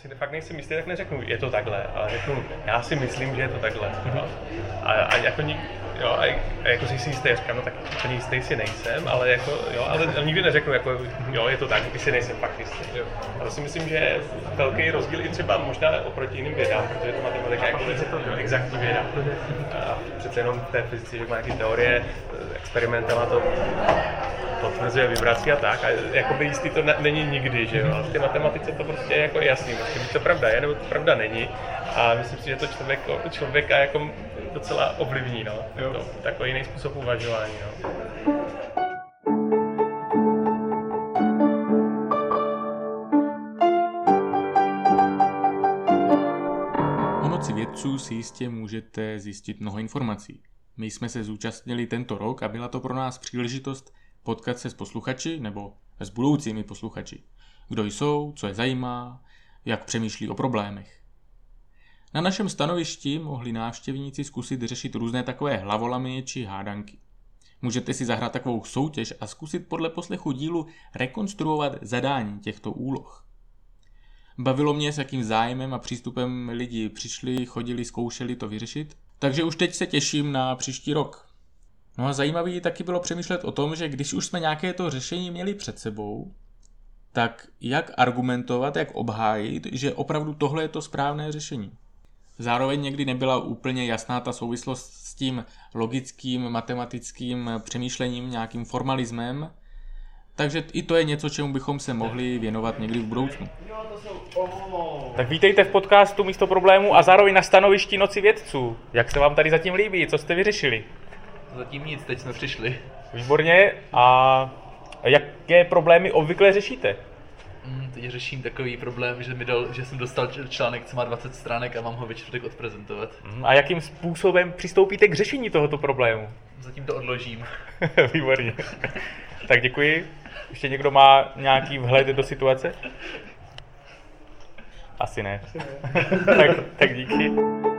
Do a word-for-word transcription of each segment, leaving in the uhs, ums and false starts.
si fakt nejsem jistý, tak neřeknu, je to takhle, ale řeknu, já si myslím, že je to takhle. Mm-hmm. A, a jako nik, jo, a, a jako si jistý, já říkám, no tak úplně jistý si nejsem, ale jako, jo, ale nikdy neřeknu, jako, jo, je to tak, když si nejsem fakt jistý, jo. A to si myslím, že je velký rozdíl i třeba možná oproti jiným vědám, protože to matematika jako je to exaktní věda. A přece jenom v té fyzice, že má nějaké teorie, experimentama to potvrzuje vibrací a tak, a jakoby jistý to ne, není nikdy, že jo, ale v té matematice to prostě je jako jasný, prostě buď to pravda je, nebo to pravda není a myslím si, že to člověk, člověka jako docela ovlivní, no, je to takový jiný způsob uvažování, no. O Noci vědců si jistě můžete zjistit mnoho informací. My jsme se zúčastnili tento rok a byla to pro nás příležitost potkat se s posluchači nebo s budoucími posluchači. Kdo jsou, co je zajímá, jak přemýšlí o problémech. Na našem stanovišti mohli návštěvníci zkusit řešit různé takové hlavolamy či hádanky. Můžete si zahrát takovou soutěž a zkusit podle poslechu dílu rekonstruovat zadání těchto úloh. Bavilo mě, s jakým zájmem a přístupem lidi přišli, chodili, zkoušeli to vyřešit, takže už teď se těším na příští rok. No a zajímavý taky bylo přemýšlet o tom, že když už jsme nějaké to řešení měli před sebou, tak jak argumentovat, jak obhájit, že opravdu tohle je to správné řešení. Zároveň někdy nebyla úplně jasná ta souvislost s tím logickým, matematickým přemýšlením, nějakým formalismem, takže i to je něco, čemu bychom se mohli věnovat někdy v budoucnu. Tak vítejte v podcastu Místo problémů a zároveň na stanovišti Noci vědců. Jak se vám tady zatím líbí? Co jste vyřešili? Zatím nic, teď jsme přišli. Výborně. A jaké problémy obvykle řešíte? Mm, teď řeším takový problém, že, mi dal, že jsem dostal článek, co má dvacet stránek a mám ho ve čtvrtek odprezentovat. A jakým způsobem přistoupíte k řešení tohoto problému? Zatím to odložím. Výborně. Tak děkuji. Ještě někdo má nějaký vhled do situace? Asi ne. Asi ne. tak, tak díky.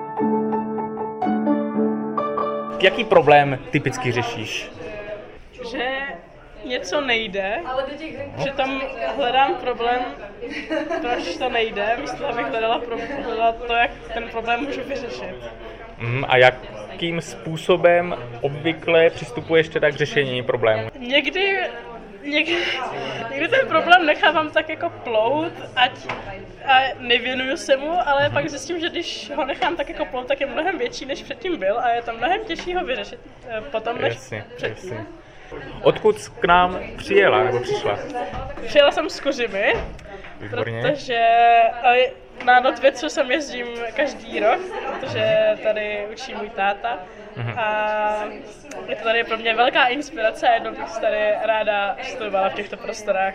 Jaký problém typicky řešíš? Že něco nejde, že tam hledám problém, proč to nejde, místo abych hledala, pro, hledala to, jak ten problém můžu vyřešit. Mm, a jakým způsobem obvykle přistupuješ teda k řešení problému? Někdy, někdy, někdy ten problém nechávám tak jako plout, ať a nevěnuju se mu, ale mm-hmm. pak zjistím, že když ho nechám tak jako plout, tak je mnohem větší, než předtím byl a je to mnohem těžší ho vyřešit potom, než jasně, předtím. Jasně. Odkud k nám přijela nebo přišla? Přijela jsem z Kořimy, Výborně. Protože na Noc vědců jsem jezdím každý rok, protože tady učí můj táta. Mm-hmm. A je to tady pro mě velká inspirace a jednou bych se tady ráda studovala v těchto prostorách.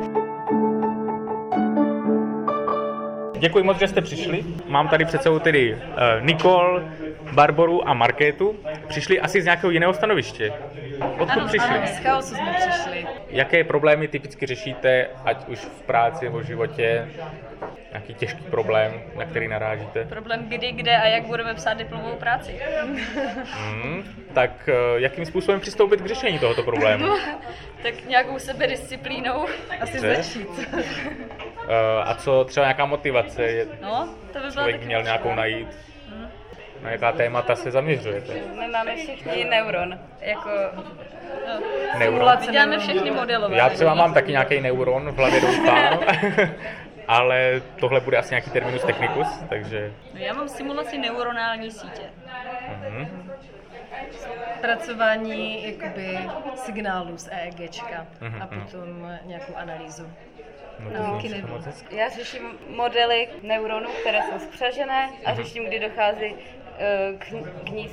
Děkuji moc, že jste přišli. Mám tady před sebou tedy uh, Nikol, Barboru a Markétu. Přišli asi z nějakého jiného stanoviště. Odkud ano, přišli? Ano, z chaosu jsme přišli. Jaké problémy typicky řešíte, ať už v práci nebo v životě? Nějaký těžký problém, na který narážíte? Problém kdy, kde a jak budeme psát diplomovou práci. Hmm, tak uh, jakým způsobem přistoupit k řešení tohoto problému? Tak nějakou sebedisciplínou asi Chce? začít. Uh, a co třeba nějaká motivace? Je, No, to by bylo člověk taky měl potřeba. nějakou najít? Na jaká témata se zaměřujete? My máme všichni neuron, jako no, Neuron. My děláme všechny modelování. Já třeba mám taky nějaký neuron v hlavě, doufám, ale tohle bude asi nějaký terminus technicus, takže... No, já mám simulaci neuronální sítě. Uh-huh. Pracování jakoby signálů z EEGčka uh-huh. a potom nějakou analýzu. No, Taky nevím. Já řeším modely neuronů, které jsou spřažené a řeším, kdy dochází k, k, níz,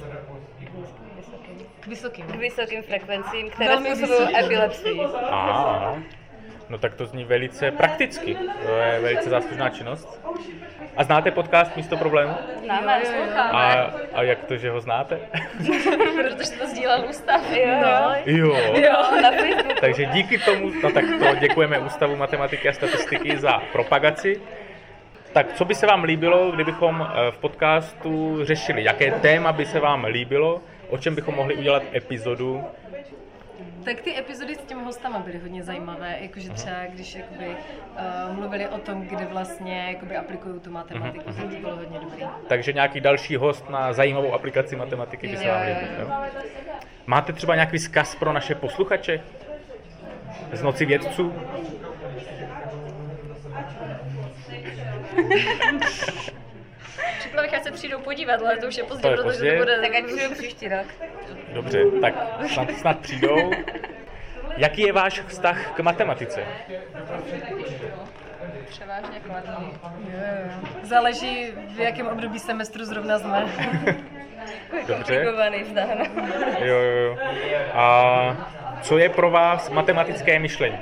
K vysokým. k vysokým frekvencím, které Velmi způsobují epilepsii. Aha, no tak to zní velice prakticky, to je velice záslužná činnost. A znáte podcast Místo problémů? Známe, A, a jak to, že ho znáte? Protože to sdílel ústav. Jo, no. Jo. jo, na Facebooku. Takže díky tomu, no tak to děkujeme Ústavu matematiky a statistiky za propagaci. Tak co by se vám líbilo, kdybychom v podcastu řešili? Jaké téma by se vám líbilo? O čem bychom mohli udělat epizodu? Tak ty epizody s těmi hostama byly hodně zajímavé, jakože třeba když jakoby, uh, mluvili o tom, kde vlastně jakoby aplikují tu matematiku, uh-huh. tak to bylo hodně dobrý. Takže nějaký další host na zajímavou aplikaci matematiky by se vám líbil. Máte třeba nějaký vzkaz pro naše posluchače z Noci vědců? Řekla bych, ať se přijdou podívat, ale to už je pozdě, to je protože pozdě. to bude... Tak ať přijdou příští rok. Dobře, tak snad, snad přijdou. Jaký je váš vztah k matematice? Převážně kladný. Záleží, v jakém období semestru zrovna jsme. Dobře. Komplikovaný vztah. Jo, jo, jo. A co je pro vás matematické myšlení?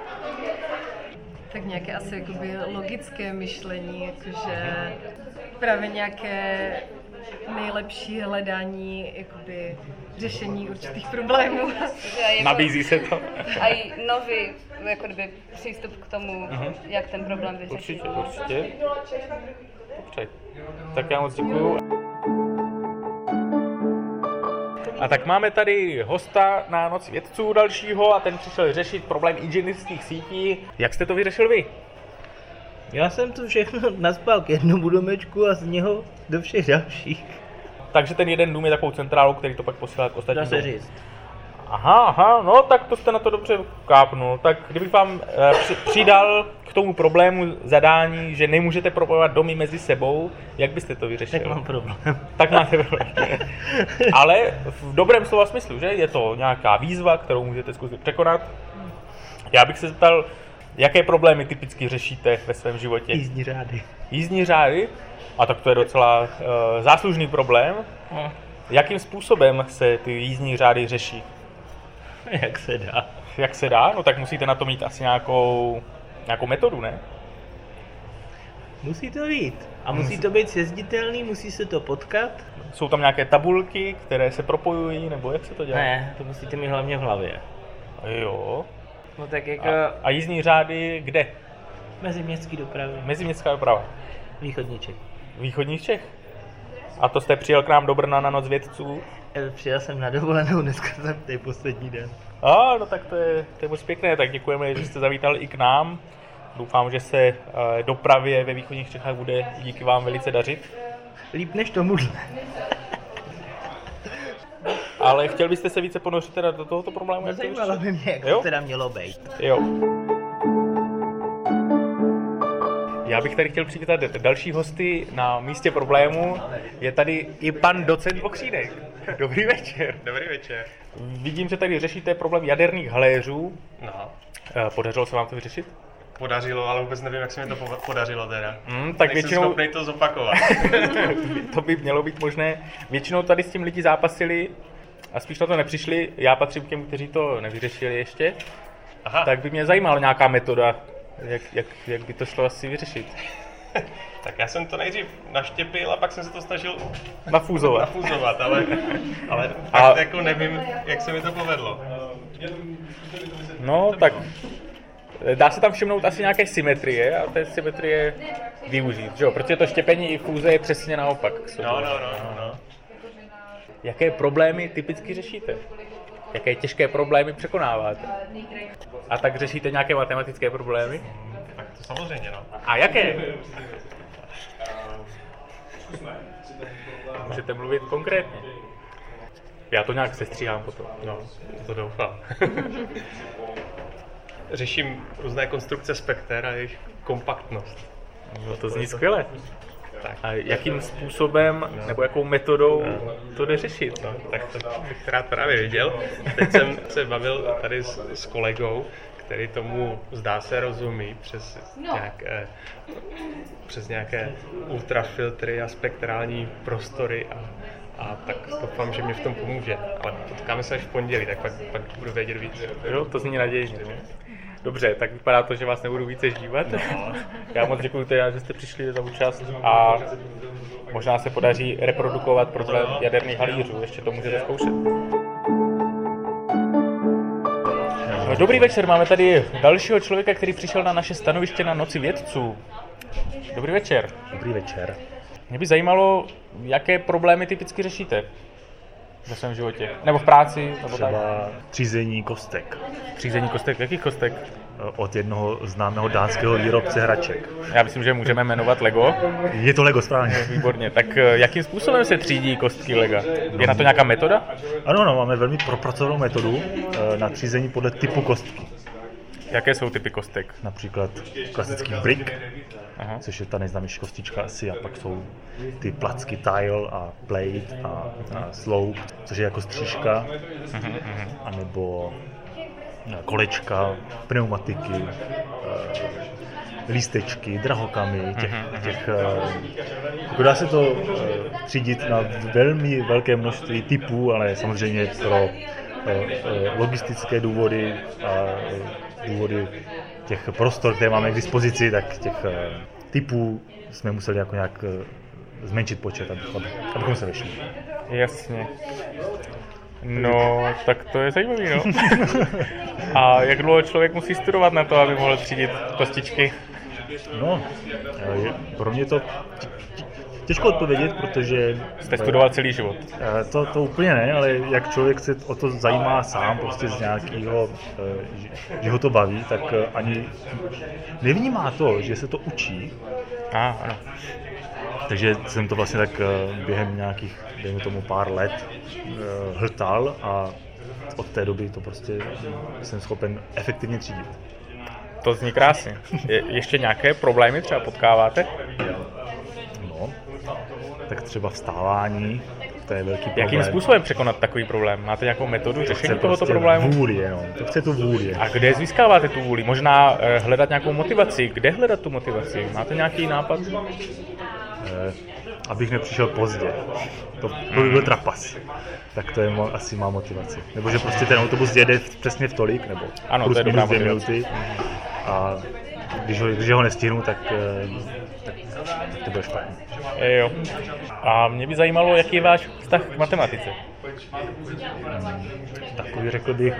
Tak nějaké asi jakoby logické myšlení, jakože právě nějaké nejlepší hledání jakoby řešení určitých problémů. Jako, Nabízí se to? A i nový jako kdyby, přístup k tomu, uh-huh. jak ten problém vyřešit. Určitě, určitě. Dobře. Tak já moc děkuju. A tak máme tady hosta na Noci vědců dalšího a ten přišel řešit problém inženýrských sítí. Jak jste to vyřešil vy? Já jsem to všechno naspal k jednomu domečku a z něho do všech dalších. Takže ten jeden dům je takovou centrálou, který to pak posílá k ostatním. Dá se říct. Aha, aha, no tak to jste na to dobře kápnul. Tak kdybych vám e, při, přidal k tomu problému zadání, že nemůžete propojovat domy mezi sebou, jak byste to vyřešil? Tak mám problém. Tak máte problém. Ale v dobrém slova smyslu, že? Je to nějaká výzva, kterou můžete zkusit překonat. Já bych se zeptal, jaké problémy typicky řešíte ve svém životě? Jízdní řády. Jízdní řády? A tak to je docela uh, záslužný problém. No. Jakým způsobem se ty jízdní řády řeší? Jak se dá. Jak se dá? No tak musíte na to mít asi nějakou, nějakou metodu, ne? Musí to být. A musí to být sjezditelný, musí se to potkat. Jsou tam nějaké tabulky, které se propojují, nebo jak se to dělá? Ne, to musíte mít hlavně v hlavě. Jo. No tak jako... A, a jízdní řády kde? Meziměstský dopravy. Meziměstská doprava. Východní Čech. Východních Čech? A to jste přijel k nám do Brna na Noc vědců? Přijel jsem na dovolenou, dneska jsem tady poslední den. A, no tak to je, to je moc pěkné, tak děkujeme, že jste zavítal i k nám. Doufám, že se uh, dopravě ve východních Čechách bude díky vám velice dařit. Líp než tomuhle. Ale chtěl byste se více ponořit teda do tohoto problému? No zajímalo by mě, jak jo? to teda mělo být. Jo. Já bych tady chtěl přivítat další hosty na místě problému. Je tady i pan docent Vokřínek. Dobrý večer. Dobrý večer. Vidím, že tady řešíte problém jaderných haléřů. No. Podařilo se vám to vyřešit? Podařilo, ale vůbec nevím, jak se mi to podařilo teda. Mm, tak Nejsem většinou... schopnej to zopakovat. To by mělo být možné. Většinou tady s tím lidi zápasili a spíš na to nepřišli. Já patřím k těm, kteří to nevyřešili ještě. Aha. Tak by mě zajímala nějaká metoda, jak, jak, jak by to šlo asi vyřešit. Tak já jsem to nejdřív naštěpil a pak jsem se to snažil nafúzovat, nafúzovat ale, ale a... fakt jako nevím, jak se mi to povedlo. No tak dá se tam všimnout asi nějaké symetrie a té symetrie využít, že jo? Protože to štěpení i fúze je přesně naopak. No, no, no, no, no. Jaké problémy typicky řešíte? Jaké těžké problémy překonáváte? A tak řešíte nějaké matematické problémy? Tak to samozřejmě, no. A jaké? Můžete mluvit konkrétně. Já to nějak sestříhám potom. No, to doufám. Řeším různé konstrukce spekter a jejich kompaktnost. No to zní skvěle. Tak. A jakým způsobem no. nebo jakou metodou no. to jde řešit? No, tak to bych rád právě viděl. Teď jsem se bavil tady s, s kolegou, který tomu zdá se rozumí přes, nějak, eh, přes nějaké ultrafiltry a spektrální prostory a, a tak doufám, že mě v tom pomůže. Ale potkáme se až v pondělí, tak pak, pak budu vědět víc. Jo, to zní nadějně. Dobře, tak vypadá to, že vás nebudu více ždívat. No. Já moc děkuji teda, že jste přišli za účast a možná se podaří reprodukovat problém jaderných halířů. Ještě to můžete zkoušet. Dobrý večer, máme tady dalšího člověka, který přišel na naše stanoviště na Noci vědců. Dobrý večer. Dobrý večer. Mě by zajímalo, jaké problémy typicky řešíte. ve svém životě? Nebo v práci? Nebo Třeba tak? třízení kostek. Třízení kostek? Jakých kostek? Od jednoho známého dánského výrobce hraček. Já myslím, že můžeme jmenovat Lego. Je to Lego, správně. Výborně. Tak jakým způsobem se třídí kostky Lega? Je na to nějaká metoda? Ano, no, máme velmi propracovanou metodu na třízení podle typu kostky. Jaké jsou typy kostek? Například klasický brick, Aha. což je ta nejznámější kostička asi, a pak jsou ty placky tile a plate a, a slope, což je jako střížka, uh-huh, uh-huh. anebo kolečka, pneumatiky, lístečky, drahokamy, těch, uh-huh. těch jako dá se to třídit na velmi velké množství typů, ale samozřejmě pro logistické důvody a důvody těch prostor, které máme k dispozici, tak těch typů jsme museli jako nějak zmenšit počet, abychom, abychom se vešli. Jasně. No, tak to je zajímavý, no. A jak dlouho člověk musí studovat na to, aby mohl třídit kostičky? No, pro mě to těžko odpovědět, protože... Jste studoval celý život? To, to úplně ne, ale jak člověk se o to zajímá sám, prostě z nějakého, že ho to baví, tak ani nevnímá to, že se to učí. Ah, ano. Takže jsem to vlastně tak během nějakých, dejme tomu pár let, hltal a od té doby to prostě jsem schopen efektivně třídit. To zní krásně. Je, ještě nějaké problémy třeba potkáváte? No, tak třeba vstávání, to je velký problém. Jakým způsobem překonat takový problém? Máte nějakou metodu řešení tohoto prostě problému? Vůli jenom, to chce tu vůli. A kde získáváte tu vůli? Možná eh, hledat nějakou motivaci. Kde hledat tu motivaci? Máte nějaký nápad? Eh, abych nepřišel pozdě. To, to by byl trapas. Tak to je mo- asi má motivace. Nebo že prostě ten autobus jede přesně v tolik, nebo ano, plus to je minus dvě motivace. minuty. A když ho, když ho nestihnu, tak, tak, tak to bude špatně. E, jo. A mě by zajímalo, jaký je váš vztah k matematice? Hmm, takový řekl bych,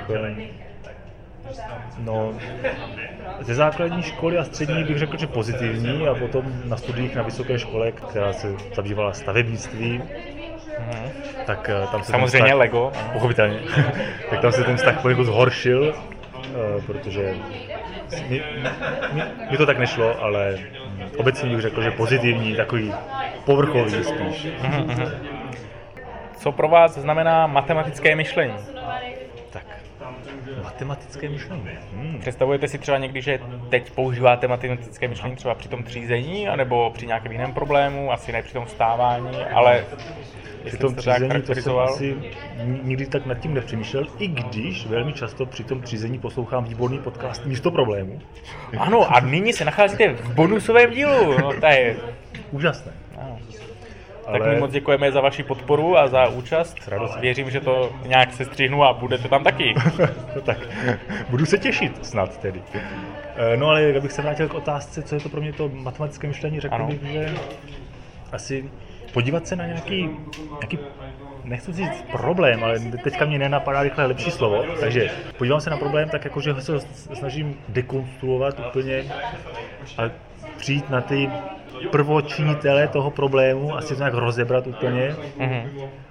no, ze základní školy a střední bych řekl, že pozitivní, a potom na studiích na vysoké škole, která se zabývala stavebnictví, mm-hmm. tak tam se samozřejmě vztah, Lego, pochopitelně, tak tam se ten vztah poněkud zhoršil, protože mi, mi, mi to tak nešlo, ale obecně bych řekl, že pozitivní, takový povrchový spíš. Mm-hmm. Co pro vás znamená matematické myšlení? Tak, matematické myšlení. Hmm. Představujete si třeba někdy, že teď používáte matematické myšlení třeba při tom třízení, anebo při nějakém jiném problému, asi ne při tom vstávání, ale při tom třízení to jsem asi nikdy tak nad tím nepřemýšlel, i když velmi často při tom třízení poslouchám výborný podcast Místo problému. Ano, a nyní se nacházíte v bonusovém dílu, no to je úžasné. Ano. Tak my moc děkujeme za vaši podporu a za účast. Věřím, že to nějak se střihnu a budete tam taky. No tak, budu se těšit snad tedy. No ale jak bych se vrátil k otázce, co je to pro mě to matematické myšlení, řekl ano. bych, že asi podívat se na nějaký, nějaký, nechci říct problém, ale teďka mě nenapadá rychle lepší slovo, takže podívám se na problém tak jako, že se snažím dekonstruovat úplně a přijít na ty prvočinitele toho problému a si to nějak rozebrat úplně. Mm-hmm.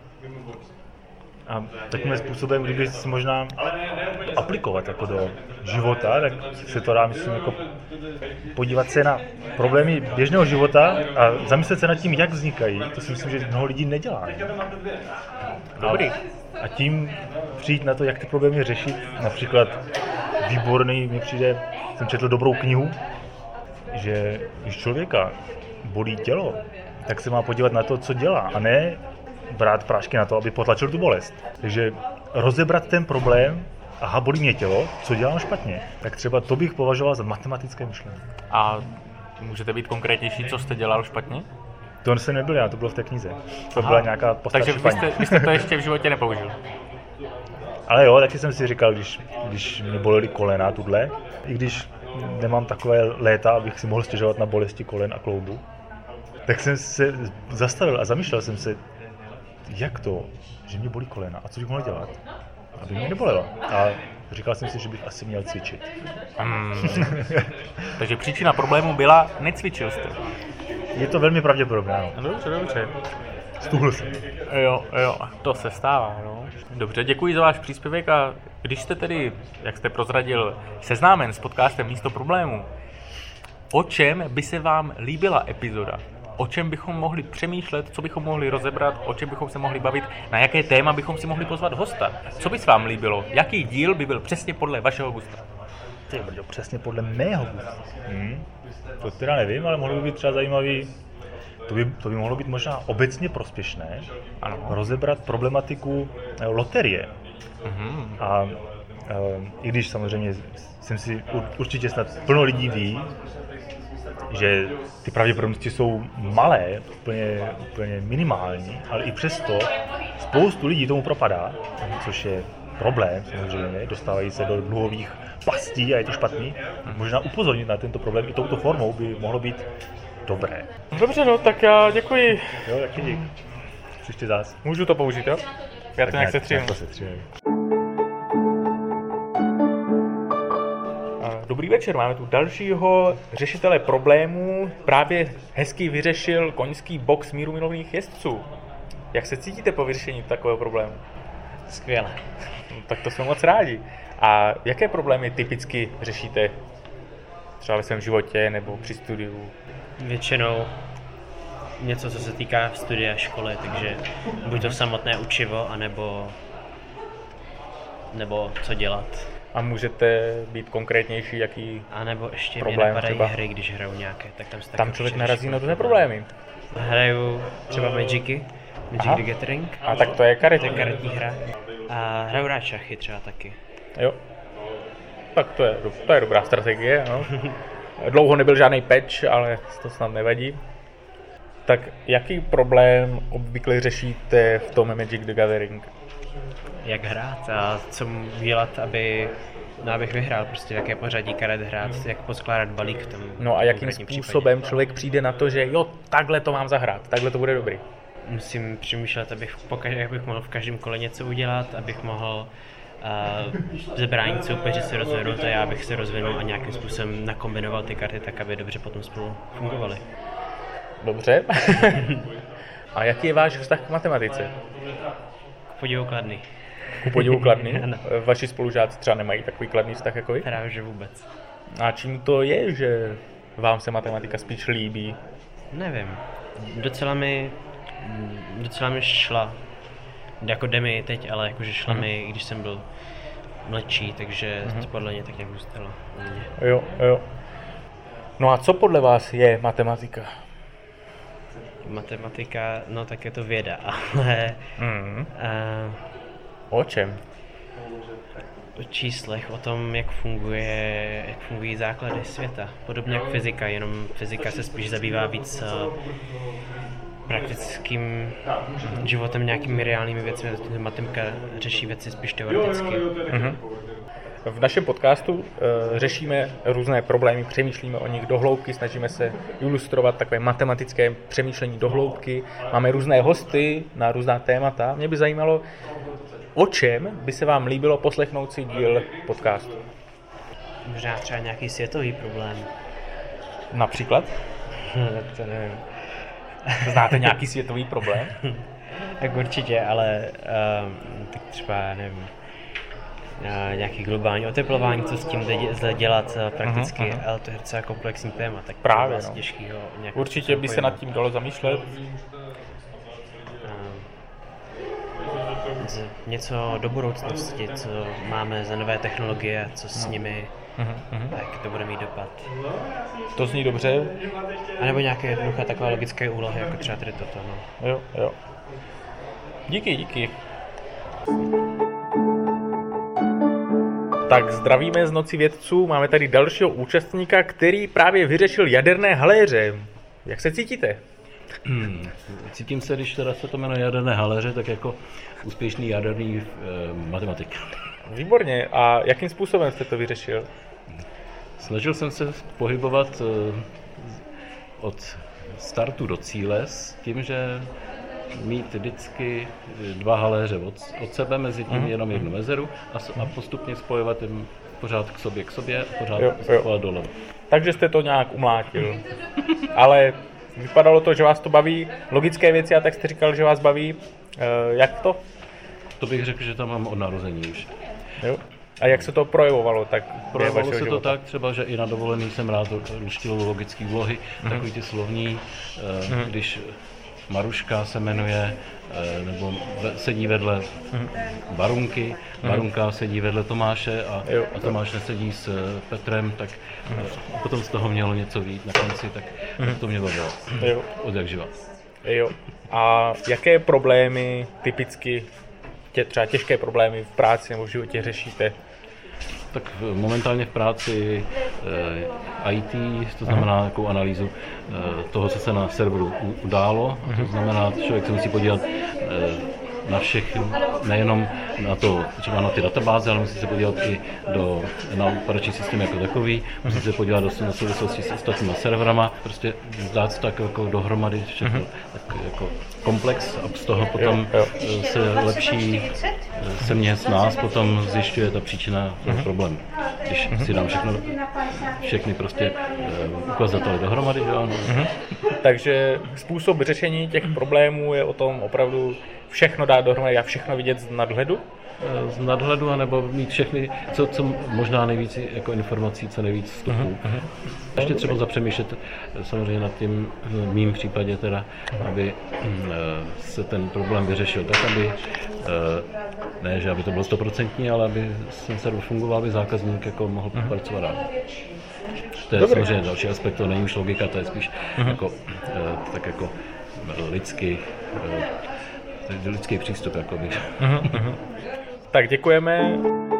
A takovým způsobem, kdyby si možná aplikovat jako do života, tak se to dá, myslím, jako podívat se na problémy běžného života a zamyslet se nad tím, jak vznikají. To si myslím, že mnoho lidí nedělá. Dobrý. A tím přijít na to, jak ty problémy řešit. Například výborný mi přijde, jsem četl dobrou knihu, že když člověka bolí tělo, tak se má podívat na to, co dělá, a ne brát prášky na to, aby potlačil tu bolest. Takže rozebrat ten problém, aha, bolí mě tělo, co dělám špatně, tak třeba to bych považoval za matematické myšlení. A můžete být konkrétnější, co jste dělal špatně? To se nebyl já, to bylo v té knize. To aha, byla nějaká postarší takže vy jste, vy jste to ještě v životě nepoužil? Ale jo, taky jsem si říkal, když, když mě bolely kolena, tudle, i když nemám takové léta, abych si mohl stěžovat na bolesti kolen a kloubu, tak jsem se zastavil a zamýšlel jsem se, jak to, že mě bolí kolena a co bych mohl dělat, aby mě nebolelo. A říkal jsem si, že bych asi měl cvičit. Hmm. Takže příčina problému byla, necvičil jste. Je to velmi pravděpodobné, ano. No, dobře, dobře. Stuhl jsem. Jo, jo, to se stává, no. Dobře, děkuji za váš příspěvek a když jste tedy, jak jste prozradil, seznámen s podcastem Místo problémů, o čem by se vám líbila epizoda? O čem bychom mohli přemýšlet, co bychom mohli rozebrat, o čem bychom se mohli bavit, na jaké téma bychom si mohli pozvat hosta? Co by se vám líbilo? Jaký díl by byl přesně podle vašeho gusta? Ty brďo, přesně podle mého gusta. Hmm. To teda nevím, ale mohlo by být třeba zajímavý. To by, to by mohlo být možná obecně prospěšné, ano, rozebrat problematiku loterie. Mm-hmm. A, a i když samozřejmě jsem si určitě snad plno lidí ví, že ty pravděpodobnosti jsou malé, úplně, úplně minimální, ale i přesto spoustu lidí tomu propadá, což je problém samozřejmě, dostávají se do dluhových pastí a je to špatný. Možná upozornit na tento problém i touto formou by mohlo být dobré. Dobře, no, tak já děkuji. Jo, taky dík. Příště zás. Můžu to použít, jo? Já to nějak setřím. Dobrý večer, máme tu dalšího řešitele problémů. Právě hezky vyřešil koňský box mírumilovných jezdců. Jak se cítíte po vyřešení takového problému? Skvěle. No, tak to jsme moc rádi. A jaké problémy typicky řešíte? Třeba ve svém životě nebo při studiu? Většinou něco, co se týká studia školy, takže buď to samotné učivo, anebo nebo co dělat. A můžete být konkrétnější, jaký a nebo ještě problém mě napadají třeba? hry, když hraju nějaké, tak tam se Tam člověk narazí na různé problémy. Hraju třeba Magicy, Magic Aha. the Gathering. A tak to je karetní. To je karetní hra. A hraju rád šachy třeba taky. Jo. Tak to je, to je dobrá strategie, no. Dlouho nebyl žádný patch, ale to snad nevadí. Tak jaký problém obvykle řešíte v tom Magic the Gathering? Jak hrát a co dělat, aby, no, abych vyhrál, prostě v jaké pořadí karet hrát, jak poskládat balík v tom. No a jakým způsobem případě. Člověk přijde na to, že jo, takhle to mám zahrát, takhle to bude dobrý? Musím přemýšlet, abych, pokaž, abych mohl v každém kole něco udělat, abych mohl uh, zebránit soupeři se rozvinout a já bych se rozvinul a nějakým způsobem nakombinoval ty karty tak, aby dobře potom spolu fungovaly. Dobře. A jaký je váš vztah k matematice? K podivu kladný. Ku podivu kladný? Vaši spolužáci třeba nemají takový kladný vztah jako vy? Právě, že vůbec. A čím to je, že vám se matematika spíš líbí? Nevím. Docela mi, docela mi šla. Jako jde mi teď, ale jakože šla mm. mi, když jsem byl mladší, takže mm. podle mě tak nějak zůstalo. Jo, jo. No a co podle vás je matematika? Matematika, no tak je to věda, ale... Mm. Uh, o čem? O číslech, o tom, jak funguje, jak fungují základy světa. Podobně jak fyzika, jenom fyzika se spíš zabývá víc uh, praktickým životem, nějakými reálnými věcmi. Matematika řeší věci spíš teoreticky. Mm-hmm. V našem podcastu uh, řešíme různé problémy, přemýšlíme o nich do hloubky, snažíme se ilustrovat takové matematické přemýšlení do hloubky. Máme různé hosty na různá témata. Mě by zajímalo, o čem by se vám líbilo poslechnout si díl podcastu? Možná třeba nějaký světový problém. Například? To nevím. Znáte nějaký světový problém? Tak určitě, ale uh, tak třeba, nevím, uh, nějaký globální oteplování, co s tím jde dělat uh, prakticky, uh-huh, uh-huh. ale to je docela komplexní téma, tak právě, vlastně no. těžký ho nějak určitě by se nad tím dalo zamýšlet. Něco do budoucnosti, co máme za nové technologie, co s nimi, mm-hmm. tak to bude mít dopad. To zní dobře. A nebo nějaké jednoduché takové logické úlohy, jako třeba tady toto. No. Jo, jo. Díky, díky. Tak zdravíme z Noci vědců, máme tady dalšího účastníka, který právě vyřešil jaderné haléře. Jak se cítíte? Hmm. Cítím se, když teda se to jmenuje jaderné haléře, tak jako úspěšný jaderný eh, matematik. Výborně. A jakým způsobem jste to vyřešil? Snažil jsem se pohybovat eh, od startu do cíle s tím, že mít vždycky dva haléře od, od sebe, mezi tím mm. jenom jednu mezeru a, a postupně spojovat jim pořád k sobě k sobě a pořád jo, spojovat doleva. Takže jste to nějak umlátil. Ale vypadalo to, že vás to baví, logické věci, a tak jste říkal, že vás baví. Jak to? To bych řekl, že tam mám od narození už. Jo. A jak se to projevovalo? Tak projevovalo se to tak třeba, že i na dovolený jsem rád štilo logické vlohy, mm-hmm. takový ty slovní, mm-hmm. když Maruška se jmenuje, nebo sedí vedle Barunky, Barunka sedí vedle Tomáše a, a Tomáš nesedí s Petrem, tak potom z toho mělo něco vít na konci, tak to mě bavilo. Od jak živa. Jo. A jaké problémy typicky, tě, třeba těžké problémy v práci nebo v životě řešíte? Tak momentálně v práci eh, í té, to znamená takovou analýzu eh, toho, co se na serveru událo. A to znamená, člověk se musí podívat eh, na všechny, nejenom na to, třeba na ty databáze, ale musí se podívat i do, na operační systém jako takový, musí se podívat do souvislosti s ostatníma serverama, prostě dát se tak jako dohromady všechno, tak jako komplex a z toho potom jo, jo. se lepší, se mě s nás potom zjišťuje ta příčina toho problému. Když si dám všechno, všechny prostě ukazatele dohromady, že ano. Takže způsob řešení těch problémů je o tom opravdu všechno dát dohromady a všechno vidět z nadhledu? Z nadhledu, anebo mít všechny, co, co možná nejvíc jako informací, co nejvíc vstupů. Uh-huh. Ještě třeba zapřemýšlet samozřejmě nad tím, v mým případě teda, aby se ten problém vyřešil tak, aby ne, že aby to bylo stoprocentní, ale aby ten server fungoval, aby zákazník jako mohl uh-huh. pracovat dál. To je Dobrý. samozřejmě další aspekt, to není už logika, to je spíš uh-huh. jako, tak jako lidský, lidský přístup, jakoby. Uh-huh. Tak děkujeme.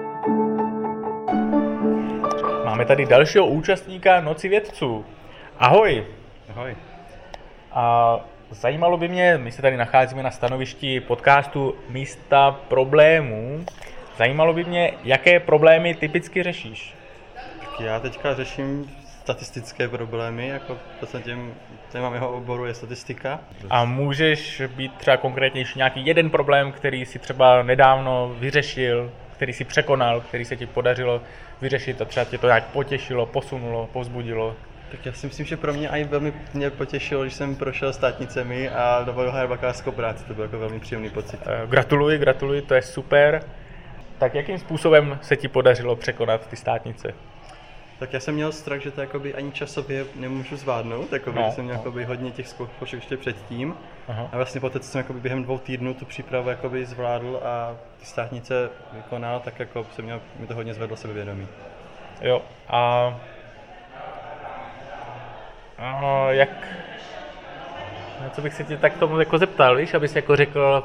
Máme tady dalšího účastníka Noci vědců. Ahoj. Ahoj. A zajímalo by mě, my se tady nacházíme na stanovišti podcastu Místa problémů. Zajímalo by mě, jaké problémy typicky řešíš? Tak já teďka řeším statistické problémy, jako v podstatě téma mého oboru je statistika. A můžeš být třeba konkrétnější nějaký jeden problém, který si třeba nedávno vyřešil, který si překonal, který se ti podařilo vyřešit a třeba tě to nějak potěšilo, posunulo, povzbudilo? Tak já si myslím, že pro mě i velmi mě potěšilo, když jsem prošel státnicemi a dovolil hájit bakalářskou práci, to byl jako velmi příjemný pocit. Gratuluji, gratuluji, to je super. Tak jakým způsobem se ti podařilo překonat ty státnice? Tak já jsem měl strach, že to jakoby ani časově nemůžu zvládnout, jakoby, no, jsem měl no. hodně těch zkoušek ještě předtím. Aha. A vlastně poté, co jsem jakoby během dvou týdnů tu přípravu jakoby zvládl a ty státnice vykonal, tak jako jsem měl, mi to hodně zvedlo sebevědomí. Jo, a, a jak, co bych se tě tak tomu jako zeptal, víš, abys jako řekl,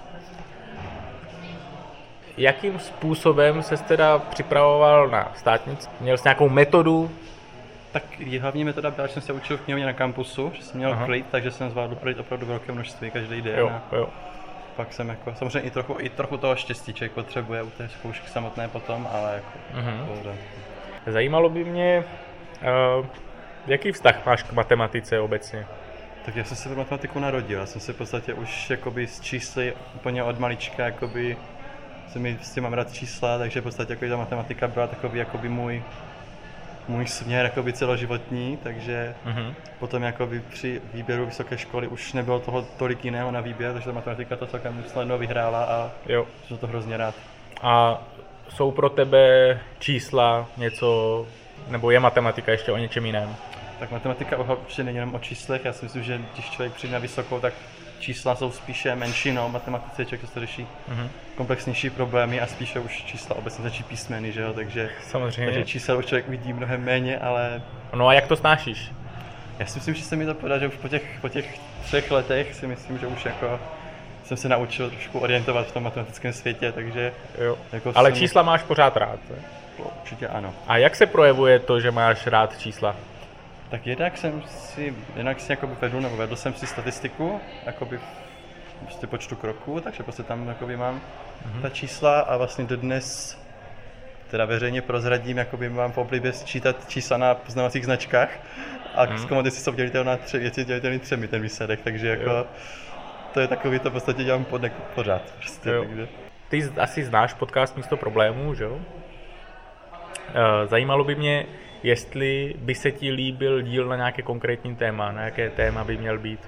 jakým způsobem ses teda připravoval na státnici? Měl jsi nějakou metodu? Tak hlavní metoda byla, že jsem se učil v knihovně na kampusu, že jsem měl Aha. klid, takže jsem zvládl projít opravdu velké množství každý den. Jo, jo. Pak jsem jako, samozřejmě i trochu, i trochu toho štěstí člověk potřebuje u té zkoušky samotné potom, ale jako uh-huh. Zajímalo by mě, uh, jaký vztah máš k matematice obecně? Tak já jsem se v matematiku narodil, já jsem se v podstatě už jakoby s čísly úplně od malička jakoby jsem mi s tím mám rád čísla, takže v podstatě jako ta matematika byla takový jakoby můj, můj směr jakoby celoživotní, takže uh-huh. potom jakoby při výběru vysoké školy už nebylo toho tolik jiného na výběr, takže ta matematika to celkem snadno vyhrála a jo. jsem to hrozně rád. A jsou pro tebe čísla něco, nebo je matematika ještě o něčem jiném? Tak matematika určitě není jenom o číslech, já si myslím, že když člověk přijde na vysokou, tak čísla jsou spíše menšinou, matematice člověk to řeší uh-huh. komplexnější problémy a spíše už čísla obecně začí písmeny, že jo, takže, samozřejmě. takže čísel už člověk vidí mnohem méně, ale... No a jak to snášíš? Já si myslím, že se mi to podaří, že už po těch, po těch třech letech si myslím, že už jako jsem se naučil trošku orientovat v tom matematickém světě, takže... Jo. Jako ale jsem... čísla máš pořád rád, ne? Určitě ano. A jak se projevuje to, že máš rád čísla? Tak jednak jsem si, jednak si jakoby vedl, nebo vedl jsem si statistiku, jakoby prostě počtu kroků, takže prostě tam jakoby mám mm-hmm. ta čísla a vlastně dodnes teda veřejně prozradím, jakoby mám v oblibě sčítat čísla na poznávacích značkách a mm-hmm. zkoumat, jestli jsou dělitelné na tři věci, dělitelný třemi ten výsledek, takže jako jo. to je takový, to v podstatě dělám pod, pořád. Prostě, takže. Ty asi znáš podcast Místo problémů, že jo? Zajímalo by mě, jestli by se ti líbil díl na nějaké konkrétní téma, na jaké téma by měl být.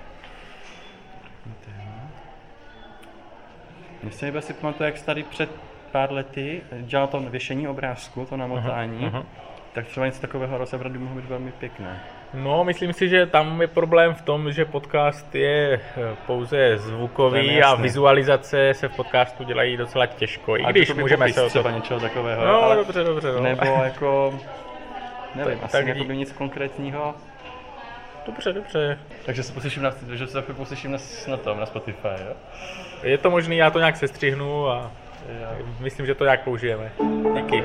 Mně se nejvíc si pamatuju, jak jsi tady před pár lety dělal to věšení obrázku, to namotání, uh-huh, uh-huh. tak třeba něco takového rozebrat by mohlo být velmi pěkné. No, myslím si, že tam je problém v tom, že podcast je pouze zvukový a vizualizace se v podcastu dělají docela těžko, i a když můžeme se o to... třeba něčeho takového. No, ale... dobře, dobře. No. Nebo jako... Nevím, tak, asi tak jakoby nic konkrétního. Dobře, dobře. Takže se poslyším na, že se poslyším na, na tom, na Spotify, jo? Je to možný, já to nějak sestřihnu a myslím, že to nějak použijeme. Díky.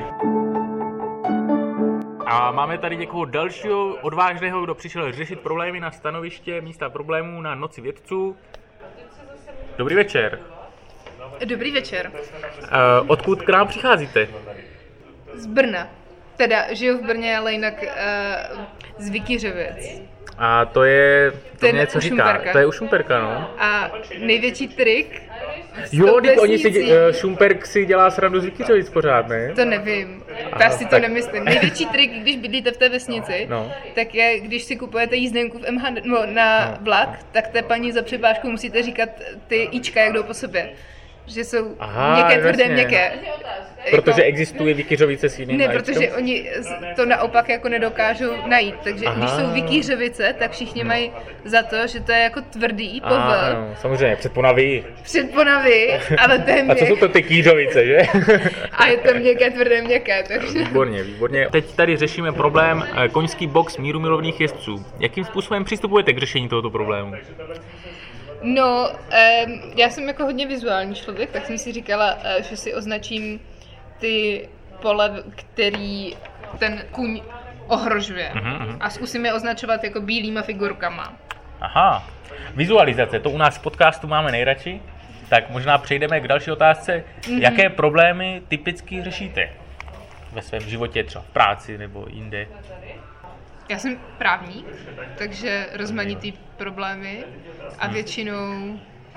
A máme tady někoho dalšího odvážného, kdo přišel řešit problémy na stanoviště místa problémů na Noci vědců. Dobrý večer. Dobrý večer. Uh, odkud k nám přicházíte? Z Brna. Teda žiju v Brně, ale jinak uh, z Vykyřevic. A to je, to je něco říká, to je u Šumperka, no. A největší trik... Jo, teď oni si, Šumperk si dělá srandu z Vykyřevic pořád, ne? To nevím, já si to tak... nemyslím. Největší trik, když bydlíte v té vesnici, no. tak je, když si kupujete jízdenku v M H D, no, na no. vlak, tak té paní za přepážkou musíte říkat ty ička, jak jdou po sobě. Že jsou Aha, měkké, tvrdé, vlastně. měkké. Protože jako, existuje Vykyřovice s jiným Ne, protože oni to naopak jako nedokážou najít. Takže Aha. když jsou Vykyřovice, tak všichni mají za to, že to je jako tvrdý povl. Ano, samozřejmě, předponaví. Předponaví, ale to je měk... A co jsou to ty Kýřovice, že? A je to měkké, tvrdé, měkké. Takže... Výborně, výborně. Teď tady řešíme problém koňský box mírumilovných jezdců. Jakým způsobem přistupujete k řešení tohoto problému? No, um, já jsem jako hodně vizuální člověk, tak jsem si říkala, uh, že si označím ty pole, který ten kůň ohrožuje. Uh-huh. A zkusím je označovat jako bílýma figurkama. Aha, vizualizace, to u nás v podcastu máme nejradši, tak možná přejdeme k další otázce. Uh-huh. Jaké problémy typicky řešíte ve svém životě, třeba v práci nebo jinde? Já jsem právník, takže rozmanitý problémy a většinou,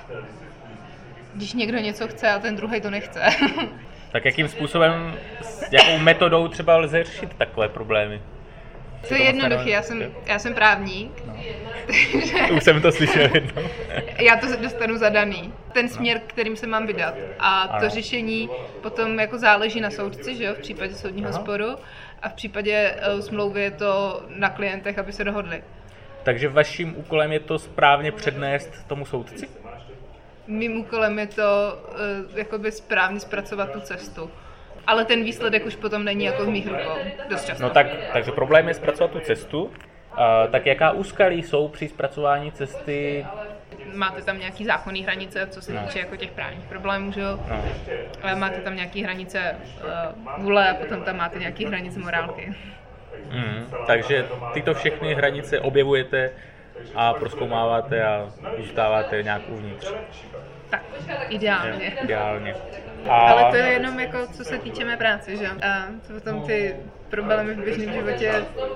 když někdo něco chce a ten druhý to nechce. Tak jakým způsobem, s jakou metodou třeba lze řešit takové problémy? To je jednoduché, já jsem, já jsem právník. No. Takže už jsem to slyšel jednou. Já to dostanu zadaný, ten směr, kterým se mám vydat. A to ano. řešení potom jako záleží na soudci, že jo, v případě soudního Aha. sporu. A v případě uh, smlouvy je to na klientech, aby se dohodli. Takže vaším úkolem je to správně přednést tomu soudci? Mým úkolem je to uh, jakoby správně zpracovat tu cestu. Ale ten výsledek už potom není jako v mých rukou, dost často. No tak, takže problém je zpracovat tu cestu. Uh, tak jaká úskalí jsou při zpracování cesty? Máte tam nějaký zákonný hranice, co se no. týče jako těch právních problémů, že jo? No. Ale máte tam nějaký hranice uh, vůle a potom tam máte nějaký hranice morálky. Mm, takže tyto všechny hranice objevujete a prozkoumáváte a zůstáváte nějak uvnitř. Tak, ideálně. Ideálně. A... Ale to je jenom jako, co se týče mé práce, že? A potom ty problémy v běžném životě...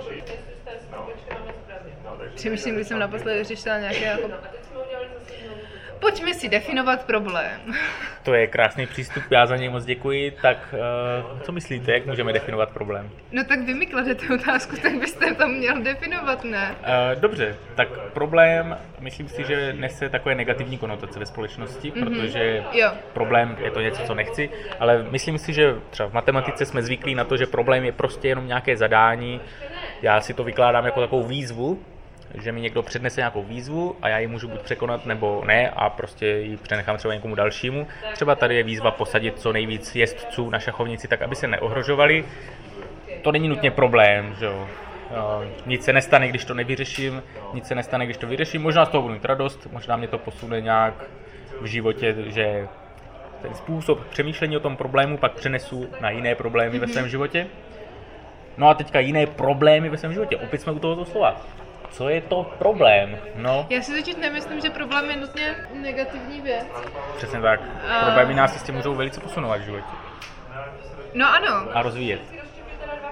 Přemýšlím, když jsem naposledy řešila nějaké jako... Pojďme si definovat problém. To je krásný přístup, já za něj moc děkuji. Tak uh, co myslíte, jak můžeme definovat problém? No tak vy mi kladete otázku, tak byste to měl definovat, ne? Uh, dobře, tak problém, myslím si, že nese takové negativní konotace ve společnosti, mm-hmm. protože jo. problém je to něco, co nechci, ale myslím si, že třeba v matematice jsme zvyklí na to, že problém je prostě jenom nějaké zadání. Já si to vykládám jako takovou výzvu, že mi někdo přednese nějakou výzvu a já ji můžu buď překonat nebo ne a prostě ji přenechám třeba někomu dalšímu. Třeba tady je výzva posadit co nejvíc jezdců na šachovnici tak, aby se neohrožovali. To není nutně problém, že jo. Nic se nestane, když to nevyřeším, nic se nestane, když to vyřeším. Možná z toho budu mít radost, možná mě to posune nějak v životě, že ten způsob přemýšlení o tom problému pak přenesu na jiné problémy mm-hmm. ve svém životě. No a teďka jiné problémy ve svém životě. Opět jsme u tohoto slova. Co je to problém? No. Já si totiž nemyslím, že problém je nutně negativní věc. Přesně tak. A... Problémy nás jistě můžou velice posunovat v životě. No ano. A rozvíjet.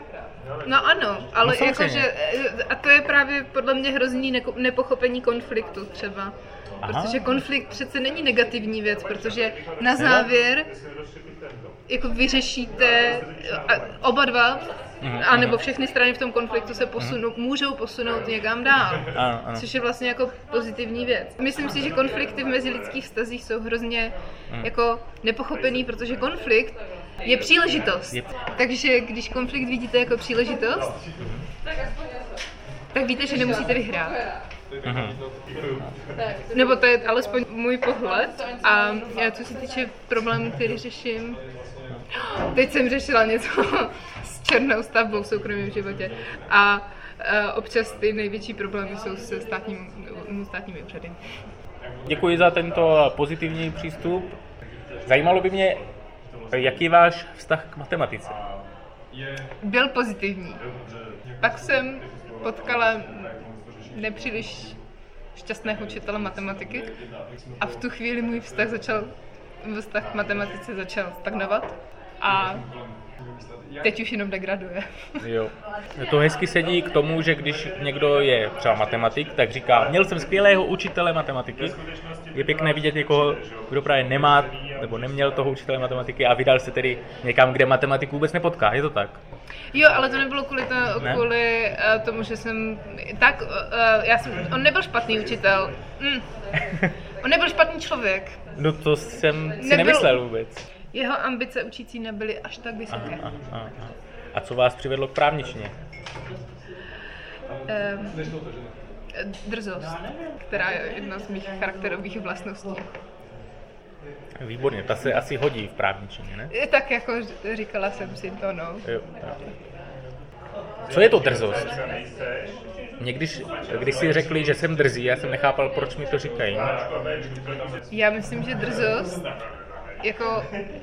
No ano, ale No jakože, a to je právě podle mě hrozný neko- nepochopení konfliktu třeba. Aha. Protože konflikt přece není negativní věc, protože na závěr jako vyřešíte a oba dva, Mhm, anebo mhm. všechny strany v tom konfliktu se posunou, můžou posunout někam dál, Ano, ano. což je vlastně jako pozitivní věc. Myslím si, že konflikty v mezilidských vztazích jsou hrozně Mhm. jako nepochopený, protože konflikt je příležitost. Je- Takže když konflikt vidíte jako příležitost, tak víte, že nemusíte vyhrát. Mhm. Nebo to je alespoň můj pohled. A já, co se týče problémů, který řeším, teď jsem řešila něco s černou stavbou v soukromém životě. A e, občas ty největší problémy jsou se státním, státními úřady. Děkuji za tento pozitivní přístup. Zajímalo by mě, jaký je váš vztah k matematice? Byl pozitivní. Pak jsem potkala nepříliš šťastného učitele matematiky a v tu chvíli můj vztah začal, vztah k matematice začal stagnovat a teď už jenom degraduje. Jo. To hezky sedí k tomu, že když někdo je třeba matematik, tak říká, měl jsem skvělého učitele matematiky. Je pěkné vidět někoho, kdo právě nemá nebo neměl toho učitele matematiky a vydal se tedy někam, kde matematiku vůbec nepotká. Je to tak? Jo, ale to nebylo kvůli, to, Ne? kvůli uh, tomu, že jsem... Tak, uh, já jsem... On nebyl špatný učitel. Mm. On nebyl špatný člověk. No to jsem si Nebyl- nemyslel vůbec. Jeho ambice učící nebyly až tak vysoké. Aha, aha, aha. A co vás přivedlo k právničtině? Um, drzost, která je jedna z mých charakterových vlastností. Výborně, ta se asi hodí v právničině, ne? Je tak jako říkala jsem si to, no. Jo, jo. Co je to drzost? Mě když, když si řekli, že jsem drzý, já jsem nechápal, proč mi to říkají. Já myslím, že drzost jako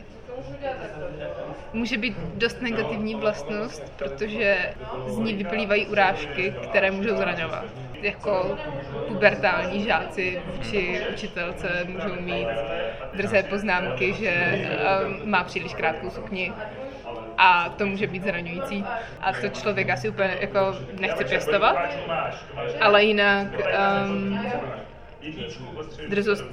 může být dost negativní vlastnost, protože z ní vyplývají urážky, které můžou zraňovat. Jako pubertální žáci vůči učitelce můžou mít drzé poznámky, že um, má příliš krátkou sukni a to může být zraňující. A to člověk asi úplně jako nechce pěstovat, ale jinak um, drzost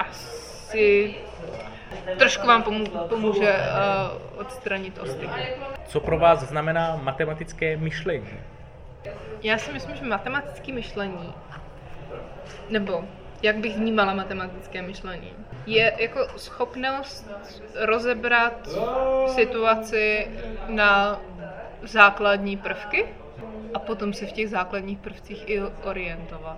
asi trošku vám pomů- pomůže uh, odstranit ostych. Co pro vás znamená matematické myšlení? Já si myslím, že matematické myšlení, nebo jak bych vnímala matematické myšlení, je jako schopnost rozebrat situaci na základní prvky a potom se v těch základních prvcích i orientovat.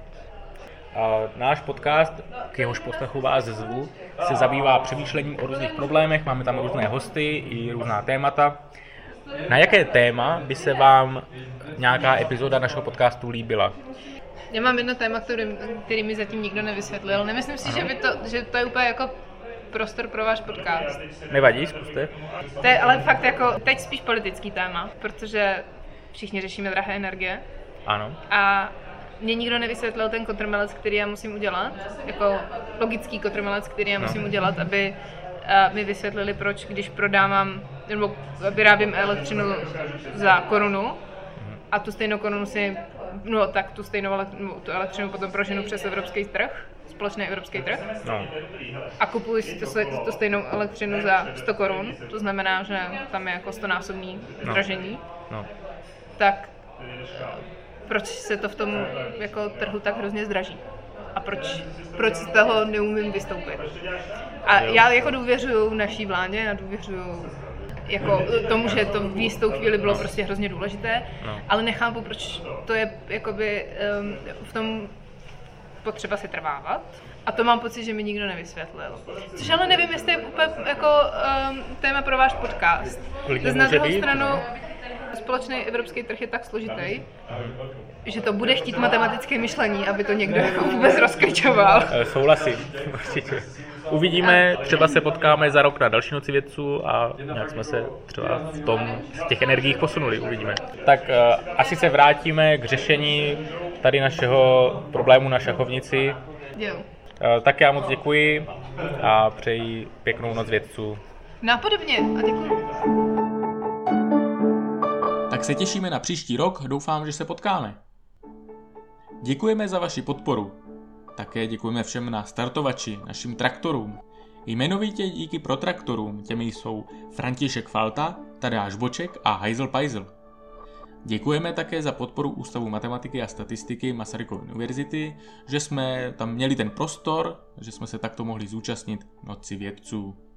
A náš podcast, k jehož poslechu vás zvu, se zabývá přemýšlením o různých problémech, máme tam různé hosty i různá témata. Na jaké téma by se vám nějaká epizoda našeho podcastu líbila? Já mám jedno téma, který, který mi zatím nikdo nevysvětlil. Nemyslím si, že, by to, že to je úplně jako prostor pro váš podcast. Nevadí, zkuste. To je ale fakt jako teď spíš politický téma, protože všichni řešíme drahé energie. Ano. A mě nikdo nevysvětlil ten kotrmelec, který já musím udělat, jako logický kotrmelec, který já musím No. udělat, aby uh, mi vysvětlili, proč, když prodávám, nebo vyrábím elektřinu za korunu a tu stejnou korunu si, no tak tu stejnou elek- no, tu elektřinu potom proženu přes evropský trh, společný evropský trh. No. A kupuji si tu, tu stejnou elektřinu za sto korun, to znamená, že tam je jako stonásobný No. zdražení. No. Tak proč se to v tom jako trhu tak hrozně zdraží? A proč, proč z toho neumím vystoupit? A já jako důvěřuju naší vládě, já důvěřuju jako tomu, že to v jistou chvíli bylo prostě hrozně důležité, No. ale nechápu, proč to je jakoby um, v tom potřeba si trvávat. A to mám pocit, že mi nikdo nevysvětlil. Což ale nevím, jestli je úplně jako um, téma pro váš podcast. Klidně Na může druhou být, stranu, no. společný evropský trh je tak složitý, že to bude chtít matematické myšlení, aby to někdo jako vůbec rozklíčoval. E, Souhlasím, určitě. Uvidíme, třeba se potkáme za rok na další noci vědců a nějak jsme se třeba v tom, v těch energiích posunuli, uvidíme. Tak uh, asi se vrátíme k řešení tady našeho problému na šachovnici. Jo. Uh, tak já moc děkuji a přeji pěknou noc vědců. Nápodobně a děkuji. Tak Tak se těšíme na příští rok, doufám, že se potkáme. Děkujeme za vaši podporu. Také děkujeme všem na startovači, našim traktorům. Jmenovitě díky protraktorům, těmi jsou František Falta, Tadeáš Boček a Hajzel Pajzel. Děkujeme také za podporu Ústavu matematiky a statistiky Masarykovy univerzity, že jsme tam měli ten prostor, že jsme se takto mohli zúčastnit Noci vědců.